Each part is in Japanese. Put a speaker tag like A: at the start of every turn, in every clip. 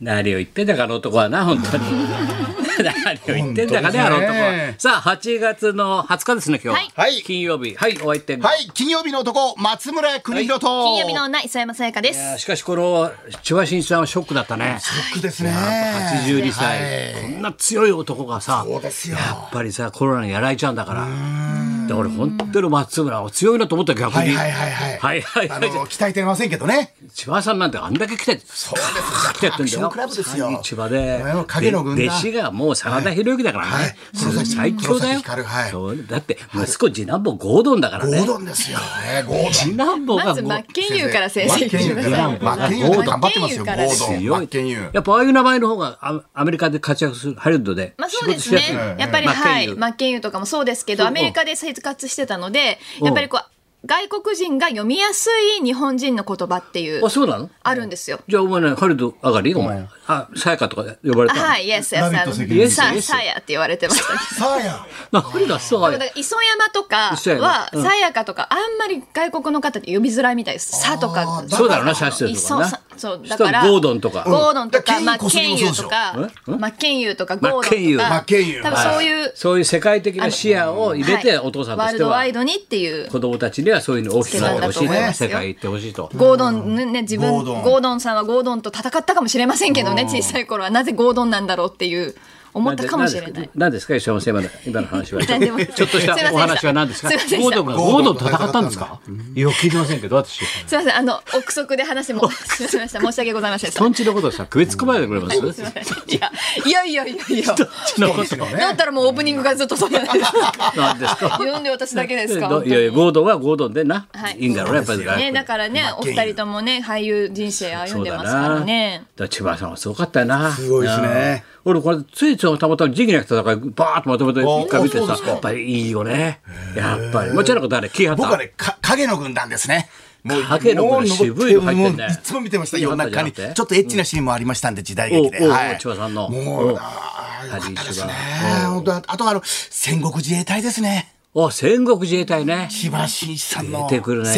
A: 何を言ってんだかあの男はな、本当に。何を言ってんだかね、あの男は。さあ、8月の20日ですね、今日は。
B: はい。
A: 金曜日。はい、お相手。
B: はい、金曜日の男、松村邦洋と。
C: 金曜日の女、磯山さやかです。
A: しかし、この千葉真一さんはショックだったね。
B: ショックですね。
A: 82歳、こんな強い男がさ、
B: そうですよ。
A: やっぱりさ、コロナにやられちゃうんだから。で俺本当に松村は強いなと思った逆に。はい
B: 鍛えてませんけどね。
A: 千葉さんなんてあんだけ来て。
B: そうです。
A: 来てってんだよ。
B: クラブですよ。
A: 千葉で。
B: 影の軍団。
A: 弟子がもう真田広之だからね。最強だよ。だって息子次男坊ゴードンだからね。
B: ゴードンですよ。
A: 次男坊が
C: まず真剣佑から先生。
B: 真剣佑頑張ってますよ。ゴードン。真剣佑。
A: やっぱああいう名前の方がアメリカで活躍するハリウッドで。
C: まあそうですね。やっぱり真剣佑とかもそうですけど、アメリカで生活してたので、やっぱりこう。外国人が読みやすい日本人の言葉っていうあるんですよ。
A: じゃあお前ねハリウッド上がりお前さやかとか呼ばれたの。
C: はい、イエスさやって言われてました。
B: さや
A: なんださや。
C: 磯山とかはさやかとかあんまり外国の方って呼びづらいみたいです。さとか
A: そうだろうな、さしてるとかな。
C: そうだから
A: ゴードンとか
C: 真剣佑とか真剣佑とかゴードンとか多分
A: そういう世界的な視野を入れてお父さんとしては
C: ワールドワイドにっていう
A: 子供たちにはそういうの大きくなってほしいね。世界行ってほしいと。
C: ゴードンね、自分ゴードンさんはゴードンと戦ったかもしれませんけどね、小さい頃はなぜゴードンなんだろうっていう思ったかもしれない。
A: 何ですか、石山先生、今の話は。ちょっとしたお話は何ですか。ゴードンがゴードンと戦ったんですか。いや聞いてませんけど、私。
C: すみません、憶測で話もしました。申し訳ございません。
A: とんちのことさ、食いつくまでくれます。
C: いや。だったらもうオープニングがずっとそうじゃないですか。なんですか。なんで私だけですか。
A: いやゴードンはゴードンでな。いいんだろうやっぱり。
C: ね、だからね、お二人ともね、俳優人生歩んでますからね。
A: 千葉さんはすごかったよな。
B: すごいですね。
A: 俺これついたまたま時期なく戦いバーッとまとめて一回見てさ、やっぱりいいよね。やっぱりもちろん誰気張った。
B: 僕はね影の軍団ですね。
A: 影の軍団渋いの入ってんね。
B: いつも見てました。夜中にちょっとエッチなシーンもありましたんで、時代劇で。
A: 千葉さんの
B: もうよかったですね。あと戦国自衛隊ですね。
A: 戦国自衛隊ね。
B: 千葉真一さんの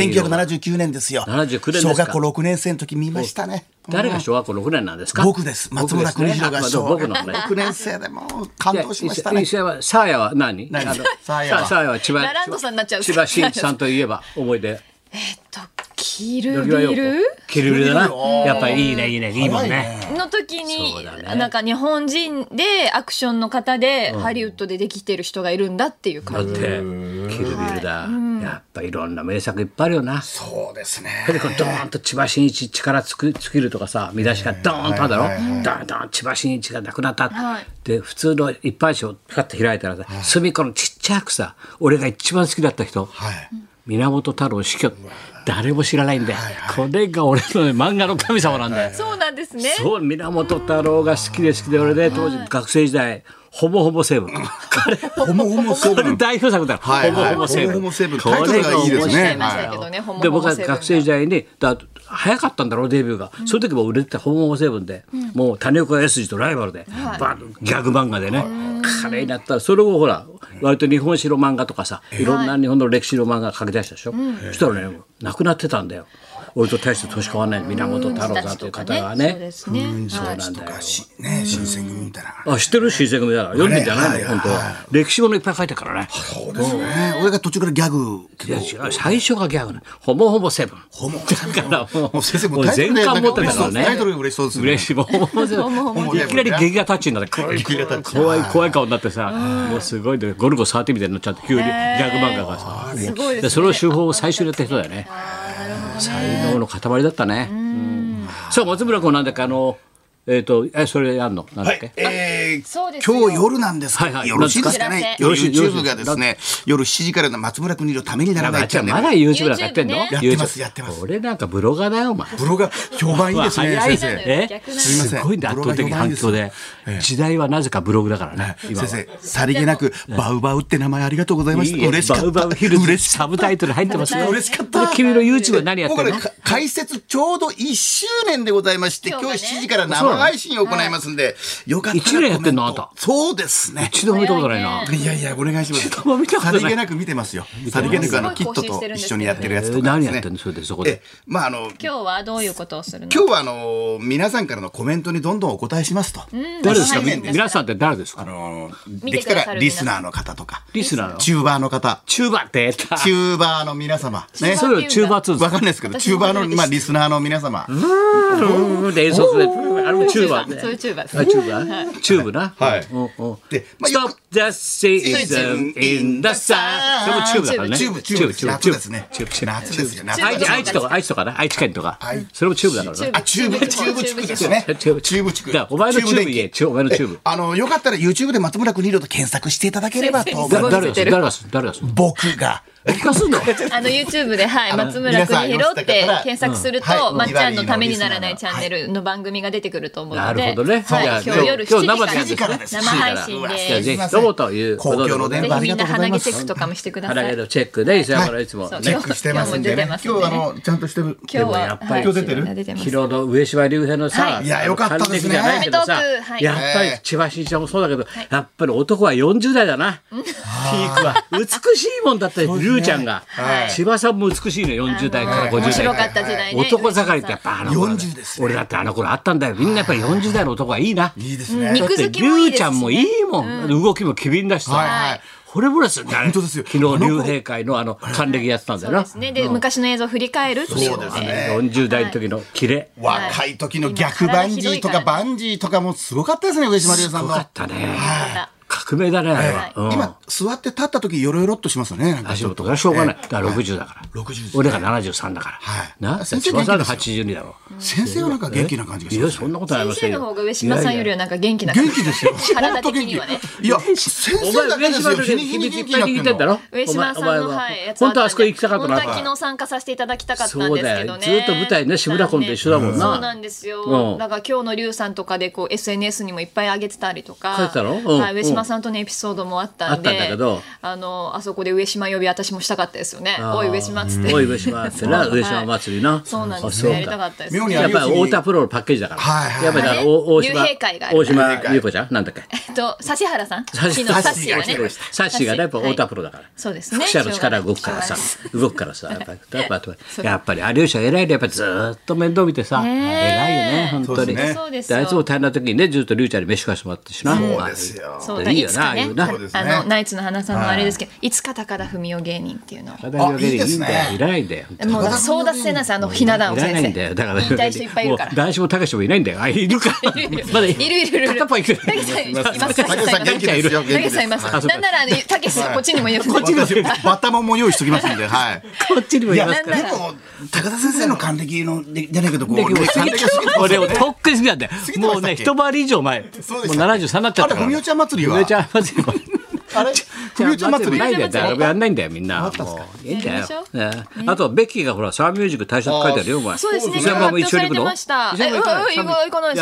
B: 1979年ですよ。
A: 79年ですか。
B: 小学校6年生の時見ましたね。
A: 誰が小学校6年なんですか。
B: 僕です。松村邦洋が小学校6年生でも感動しましたね。
A: サーヤは何。
B: サーヤ
A: は千葉真一さんといえば思い出。
C: キルビル
A: だな。やっぱりいいねいいもんね。
C: の時になんか日本人でアクションの方でハリウッドでできてる人がいるんだっていう感じ。
A: だってキルビルだ。やっぱいろんな名作いっぱいあるよな。
B: そうですね。
A: ドーンと千葉真一力尽きるとかさ、見出しがドーンとあるだろ。ドーン千葉真一が亡くなった。で普通の一般紙をパッと開いたらさ、隅っこのちっちゃくさ、俺が一番好きだった人。源太郎死去。誰も知らないんで、これが俺の漫画の神様なんだよ。
C: そうなんですね。
A: そう、源太郎が好きで俺ね、当時学生時代ほぼほぼセブン。
B: ほぼほぼセブン。
A: 代表作だ。ほぼほぼセブン。
B: タイトルがいいですね。
A: で僕は学生時代に早かったんだろうデビューが。その時も売れてたほぼほぼセブンで、もう谷岡康二とライバルで、バンギャグ漫画でね、彼になったらそれをほら割と日本史の漫画とかさ、いろんな日本の歴史の漫画書き出したでしょ。そしたらね亡くなってたんだよ。俺と大して年変わらない源太郎さんという方がね。そうなんだよ。
B: 新選組みたいな。
A: 知ってる新選組だから読んでんじゃないの本当は。歴史ものいっぱい書いてるからね。
B: そうですね。俺が途中からギャグ。
A: 最初がギャグね。ほぼほぼセブン。だからもう
B: 先生も
A: 全巻持ってたからね。
B: タイトル嬉しそうですね。
A: 嬉しい。ほぼほぼセブン。いきなり劇画タッチになって怖い顔になってさ、もうすごいでゴルゴ13みたいになっちゃって急にギャグ漫画がさ。その手法を最初にやった人だよね。才能の塊だったね。さあ松村君なんだっけそれやんのなんだっけ。
B: 今日夜なんですけどよろしいですかね。YouTube がですね夜7時からの松村邦洋ためにならないチャンネル。
A: まだ YouTube なんかやってんの。
B: やってます。
A: 俺なんかブロガーだよお前。
B: ブロガー評判いいですね先生。
A: すごいね圧倒的反響で。時代はなぜかブログだからね。
B: 先生さりげなくバウバウって名前ありがとうございました。嬉しかった。
A: バウバウヒルズサブタイトル入ってますよ。
B: 嬉しかった。
A: 君の YouTube は何やってるの。
B: 解説ちょうど1周年でございまして今日7時から生配信を行いますんでよかったらコ
A: ってんのあんた。
B: そうですね。
A: 一度も見たことないな。
B: いやいやお願いします。
A: 一度も見たことない。
B: さりげなく見てますよ。さりげなくキットと一緒にやってるやつとか。
A: 何やってんのそれでそこで。
C: 今日はどういうことをするの？
B: 今日は皆さんからのコメントにどんどんお答えしますと。
A: 誰ですか？皆さんって誰ですか？
B: できたらリスナーの方とか。
A: リスナーの。
B: チューバーの方。
A: チューバーって
B: チューバーの皆様。
A: ね。それをチューバー2。
B: わかんないですけど、チューバーのリスナーの皆様。
A: で演奏する。あれもチューバー。
C: そういうチューバー。
A: チューバー。チューブな。
B: はい。
A: で、Stop the season in the sun。それもチューブだからね。
B: チューブ。夏ですね。夏ですよ。
A: 愛知とかな、愛知県とか。それもチューブだからね。
B: チューブ地区ですね。チューブ地区。
A: お前のチューブ言え。お前のチュー
B: ブ。よかったら YouTube で松村邦洋と検索していただければと思います。
A: 誰がする？
B: 僕が。
A: 聞かすの
C: YouTube で、松村邦洋って検索すると、まっちゃんのためにならないチャンネルの番組が出てくると思うので、
A: なるほどね。
C: 今日夜7時から
B: です
C: 生配信で、
A: ぜひともということで、
C: ぜひみんな鼻毛チェックとかもしてください。
A: 鼻毛のチェックで、磯山からいつも
B: チェックしてますんでね。今日ちゃんとしてる。
C: 今日は
B: やっぱり今日出てる。
A: 昨日の上島竜兵のさ、
B: いやよかったですね。
A: やっぱり千葉真一ちゃんもそうだけど、やっぱり男は40代だな。ピークは美しいもんだったよ、竜ちゃんが。千葉さんも美しいね、40代から50代。
C: 面白かった時代ね。
A: 男盛りってやっぱ
B: 40です。
A: 俺だってあの頃あったんだよ。みんなやっぱり40代の男はいいな。
B: いいですね。
C: 肉付きもいいですね。
A: 竜ちゃんもいいもん。動きも機敏だしさ。惚れ惚れするんだね。
B: 本当ですよ。
A: 昨日竜兵会の還暦やってたんだよな。
C: そうですね。で昔の映像を振り返るっていうので。
A: 40代の時のキレ。
B: 若い時の逆バンジーとかバンジーとかもすごかったですね、上島竜さんの。
A: すごかったね。革命だね、あれは。
B: 今座って立った時よろよろっとしますよね。
A: 足元がしょうがない。だから60だから。俺が73だから。な、千葉さんの82だろ。
B: 先生はなんか元気な感じがします。
A: いや、そんなことありませんよ。
C: 先生の方が上島さんよりはなんか元気な感じ。
B: 元気ですよ。
C: 体的にはね。
B: いや、先生だけですよ。日に日に元気になってんの。
C: 上島さんのやつ
A: 本当はあそこ行きたかったな。
C: 本当は昨日参加させていただきたかったんですけどね。
A: ずっと舞台ね、志村君と一緒だもんな。
C: そうなんですよ。だから今日の龍さんとかでこう SNS にもいっぱい上げてたりとか。
A: 書いてたの？
C: 上島さんとのエピソードもあったんで。あそこで上島呼び私もしたかったですよね。おい上島っつって。
A: おい上島ってな、上島祭りな。
C: そうなんですよ。やりたかったです。
A: やっぱり太田プロのパッケージだから。やっぱり大島優子ちゃんなんだっけ。
C: 指原さん。
A: サッシーがね、やっぱ太田プロだから。
C: そうですね。
A: 副社の力動くからさ、やっぱり有吉は偉いね。やっぱりずっと面倒見てさ、偉いよね本当に。あいつも大変な時にね、ずっと龍ちゃんに飯食わしてもらってしな。
B: そうですよ。
C: いいよな、ああいうな。ナイツの花さんのあれですけど、いつか高田文夫芸人っていうの。
B: いいですね。
A: いらないんだよ。
C: もう争奪戦なんですひな壇先生。
A: いらないんだよ。だから
C: 言いたい人いっぱいいるから。
A: 男子も高志もいないんだよ。あ、いるか。まだいる。片っぽいる。
C: 竹さんいます。竹さん元気ですよ。竹さんいます。なんなら竹さんこっちにもいる。
B: こっちにもバタモンも用意しときますんで、はい。
A: こっちにもいますから。
B: でも高田先生の還暦のじゃないけどこう
A: 俺をとっくに好きなんだよ。もうね一回り以上前。もう73になっちゃったから。
B: 文雄ちゃん祭りは。
A: 文雄ちゃん祭り。
B: あれ文雄ちゃん祭り
A: ないんだよ。やんないんだよみんな。いいんだよ。あとベッキーがほらサンミュージック退職書いてあるよお前。
C: そうですね。発表されてました。行かないです。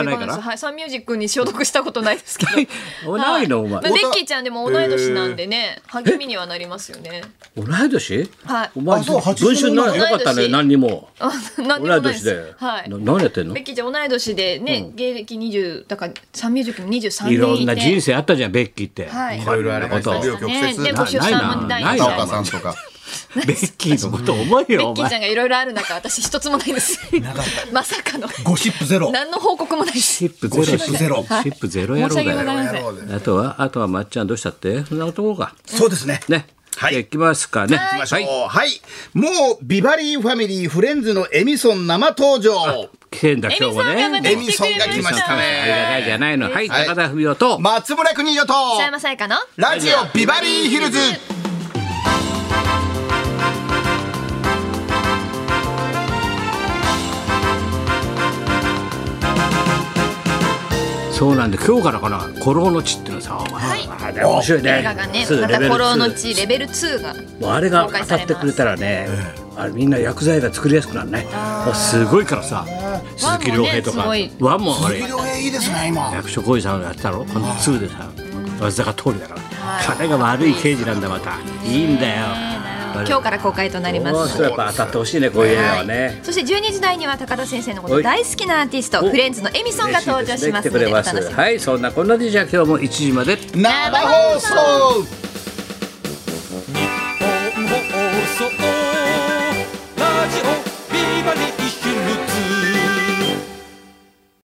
C: はい、サンミュージックに所属したことないですけど。
A: ないのお前。
C: ベッキーちゃんでも同い年なんでね、励みにはなりますよね。
A: 同い年？
C: はい。
A: お前文春なかったね何にも。
C: 同い年
A: で。
C: はい。
A: 何やってんの？
C: ベッキーちゃん同い年でね、芸歴20だからサンミュージックに23年いて。
A: いろんな人生あったじゃんベッキーって。
B: いろいろありました。
C: でご出産も大
B: 事片岡さんとか。
A: ベッキーのこと思えよ。
C: ベッキーちゃんがいろいろある中、私一つもないです。まさかの。
B: ゴシップゼロ。
C: 何の報告もないし。
A: シップゼロ。シップゼロやろうだよ。あとはまっちゃんどうしたって？そんなところか。
B: そうですね。
A: ね。はい。行きますかね。
B: 行きましょう。はい。もうビバリーファミリーフレンズのエミソン生登場。
A: 来てんだ今日もね。
B: エミソンが来ましたね。
A: ありがたいじゃないの。はい。高田文夫と
B: 松村邦洋と
C: 北山さやかの
B: ラジオビバリーヒルズ。
A: そうなんで今日からかな古老の地っていうのさ、面白いね。
C: 映画がね、また古老の地レベル2が
A: もうあれが当たってくれたらね、あれみんな薬剤が作りやすくなるね。すごいからさ、鈴木亮平とかワンもあれ
B: 鈴木亮平いいですね今。
A: 役所広司さんがやったろ、この2でさ、わずか通りだから。彼が悪い刑事なんだまたいいんだよ。
C: 今日から公開となります。
A: やっぱ当たってほしいね、こういう映画はね。
C: そして12時台には高田先生のこと大好きなアーティストフレンズのエミソンが登場しますのでお楽しみに。
A: はい、そんなこんなでじゃあ今日も1時まで
B: 生放送。
D: 日本放送